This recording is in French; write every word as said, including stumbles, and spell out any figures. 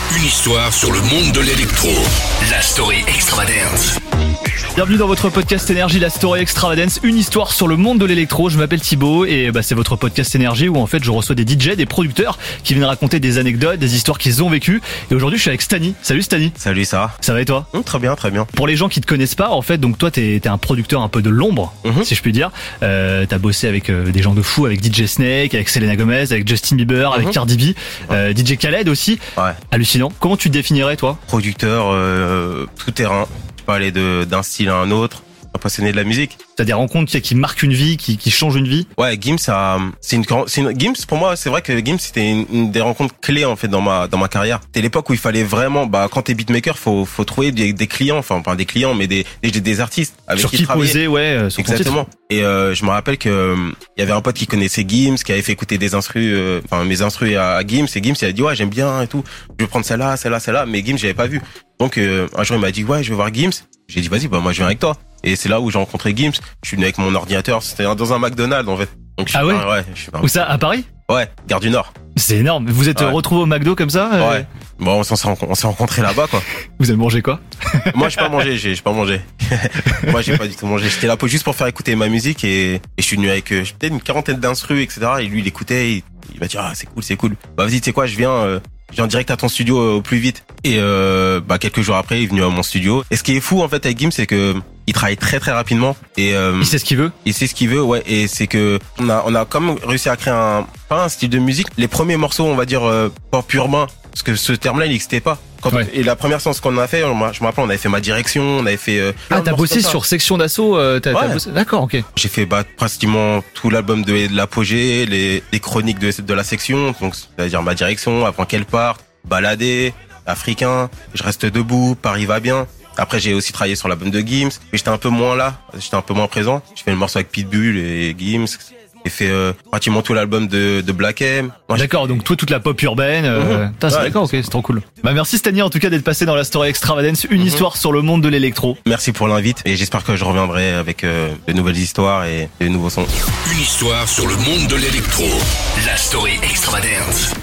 Une histoire sur le monde de l'électro. La story extravagance. Bienvenue dans votre podcast Énergie, la story extravagance, une histoire sur le monde de l'électro. Je m'appelle Thibaut et bah, c'est votre podcast Énergie où en fait je reçois des D J, des producteurs qui viennent raconter des anecdotes, des histoires qu'ils ont vécues. Et aujourd'hui je suis avec Stani. Salut Stani. Salut, ça va? Ça va et toi? Mmh, Très bien, très bien. Pour les gens qui te connaissent pas, en fait, donc toi t'es, t'es un producteur un peu de l'ombre, Mhm. si je puis dire. Euh, t'as bossé avec euh, des gens de fou, avec D J Snake, avec Selena Gomez, avec Justin Bieber, avec Mhm. Cardi B, euh, D J Khaled aussi. Ouais. Hallucinant. Comment tu te définirais toi? Producteur euh, tout terrain. Tu peux aller de, d'un style à un autre. Un passionné de la musique. T'as des rencontres qui, qui marquent une vie, qui, qui changent une vie? Ouais, Gims, ça, c'est une, grand- c'est une, Gims, pour moi, c'est vrai que Gims, c'était une, une des rencontres clés, en fait, dans ma, dans ma carrière. C'était l'époque où il fallait vraiment, bah, quand t'es beatmaker, faut, faut trouver des, des clients, enfin, pas des clients, mais des, des, des artistes avec Sur qui qui travailler. poser, ouais, euh, sur ton titre. Exactement. Et euh, je me rappelle que euh, il y avait un pote qui connaissait Gims, qui avait fait écouter des instrus, euh, enfin mes instrus à, à Gims, et Gims il a dit ouais j'aime bien et tout, je vais prendre celle-là, celle-là, celle-là, mais Gims j'avais pas vu. Donc euh, un jour il m'a dit ouais je vais voir Gims. J'ai dit vas-y bah moi je viens avec toi. Et c'est là où j'ai rencontré Gims. Je suis venu avec mon ordinateur, c'était dans un McDonald's en fait. Donc je suis Ah ouais pas- ouais, je suis pas- Où ça? À Paris? ouais, Gare du Nord. C'est énorme. Vous êtes Ouais. retrouvés au McDo comme ça? euh, Ouais. Bon on s'en s'est rencontrés, on s'est rencontrés là-bas quoi. Vous avez mangé quoi? Moi j'ai pas mangé, j'ai j'ai pas mangé. Moi j'ai pas du tout mangé. J'étais là pour juste pour faire écouter ma musique et, et je suis venu avec euh, peut-être une quarantaine d'instrus, et cetera. Et lui il écoutait, il, il m'a dit ah c'est cool, c'est cool. Bah vas-y tu sais quoi, je viens, euh, je viens direct à ton studio euh, au plus vite. Et euh, bah quelques jours après il est venu à mon studio. Et ce qui est fou en fait avec Gims c'est que il travaille très très rapidement et euh, Il sait ce qu'il veut? il sait ce qu'il veut, ouais. Et c'est que on a on a comme réussi à créer un pas un style de musique. Les premiers morceaux on va dire euh, pop urbain, parce que ce terme-là il n'existait pas. Quand Ouais. Et la première séance qu'on a fait, on m'a- je me rappelle, on avait fait Ma Direction, on avait fait. euh, plein Ah, de t'as morceaux bossé comme ça. sur Section d'Assaut, euh, t'as, t'as Ouais. bossé... D'accord, ok. J'ai fait bah, pratiquement tout l'album de, de l'Apogée, les, les chroniques de, de la section, donc c'est-à-dire Ma Direction, Avant qu'elle parte, Balader, Africain, Je reste debout, Paris va bien. Après j'ai aussi travaillé sur l'album de Gims, mais j'étais un peu moins là, j'étais un peu moins présent. J'ai fait le morceau avec Pitbull et Gims. J'ai fait euh, pratiquement tout l'album de, de Black M. Moi, j'ai- D'accord, donc toi toute la pop urbaine, euh... Mhm. putain, c'est Ouais. d'accord, ok, c'est trop cool. Bah merci Stani en tout cas d'être passé dans la story extravagance, une Mhm. histoire sur le monde de l'électro. Merci pour l'invite et j'espère que je reviendrai avec euh, de nouvelles histoires et de nouveaux sons. Une histoire sur le monde de l'électro. La story extravagance.